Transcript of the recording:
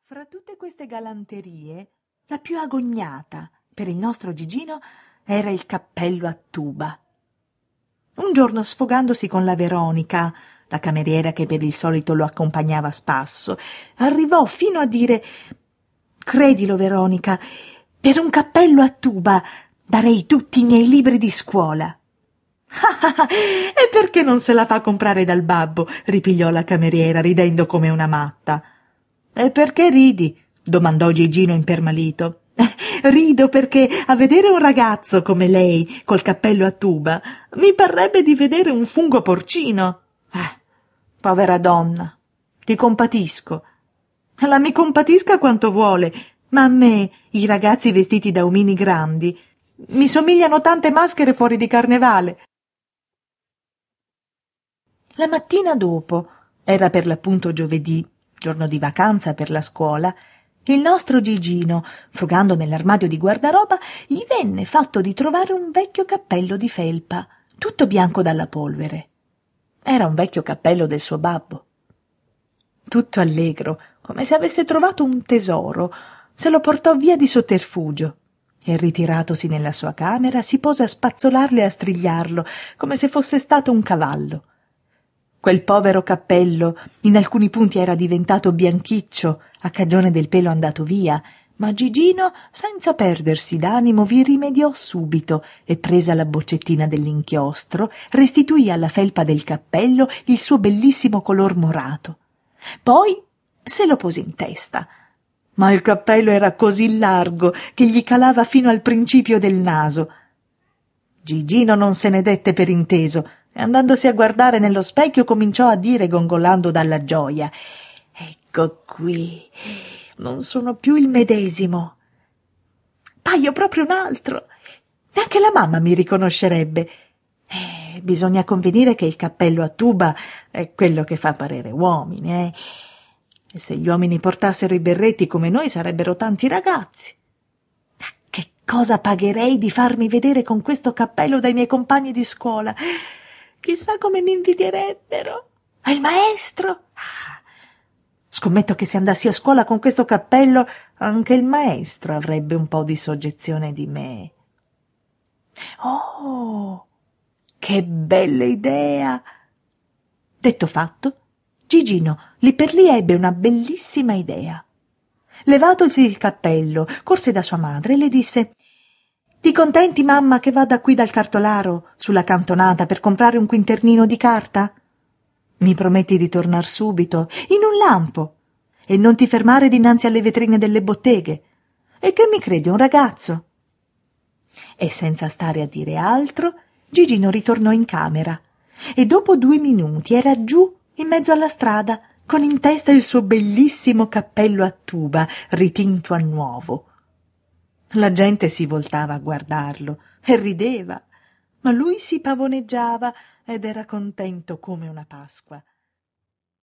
Fra tutte queste galanterie, la più agognata per il nostro Gigino era il cappello a tuba. Un giorno, sfogandosi con la Veronica, la cameriera che per il solito lo accompagnava a spasso, arrivò fino a dire: «Credilo, Veronica, per un cappello a tuba darei tutti i miei libri di scuola». «E perché non se la fa comprare dal babbo?» ripigliò la cameriera, ridendo come una matta. «E perché ridi?» domandò Gigino impermalito. «Rido perché a vedere un ragazzo come lei col cappello a tuba mi parrebbe di vedere un fungo porcino. Povera donna, ti compatisco». «La mi compatisca quanto vuole, ma a me i ragazzi vestiti da omini grandi mi somigliano tante maschere fuori di carnevale». La mattina dopo, era per l'appunto giovedì, giorno di vacanza per la scuola, il nostro Gigino, frugando nell'armadio di guardaroba, gli venne fatto di trovare un vecchio cappello di felpa, tutto bianco dalla polvere. Era un vecchio cappello del suo babbo. Tutto allegro, come se avesse trovato un tesoro, se lo portò via di sotterfugio e, ritiratosi nella sua camera, si pose a spazzolarlo e a strigliarlo, come se fosse stato un cavallo. Quel povero cappello in alcuni punti era diventato bianchiccio a cagione del pelo andato via, ma Gigino, senza perdersi d'animo, vi rimediò subito e, presa la boccettina dell'inchiostro, restituì alla felpa del cappello il suo bellissimo color morato. Poi se lo pose in testa, ma il cappello era così largo che gli calava fino al principio del naso. Gigino non se ne dette per inteso e, andandosi a guardare nello specchio, cominciò a dire, gongolando dalla gioia: «Ecco qui, non sono più il medesimo. Paio proprio un altro. Neanche la mamma mi riconoscerebbe. Bisogna convenire che il cappello a tuba è quello che fa parere uomini, E se gli uomini portassero i berretti come noi sarebbero tanti ragazzi. Che cosa pagherei di farmi vedere con questo cappello dai miei compagni di scuola? Chissà come mi invidierebbero. E il maestro? Scommetto che se andassi a scuola con questo cappello anche il maestro avrebbe un po' di soggezione di me. Oh, che bella idea!» Detto fatto, Gigino lì per lì ebbe una bellissima idea. Levatosi il cappello, corse da sua madre e le disse: «Ti contenti, mamma, che vada qui dal cartolaro sulla cantonata per comprare un quinternino di carta? Mi prometti di tornar subito, in un lampo, e non ti fermare dinanzi alle vetrine delle botteghe. E che mi credi un ragazzo?» E senza stare a dire altro, Gigino ritornò in camera e dopo 2 minuti era giù in mezzo alla strada, con in testa il suo bellissimo cappello a tuba ritinto a nuovo. La gente si voltava a guardarlo e rideva, ma lui si pavoneggiava ed era contento come una Pasqua.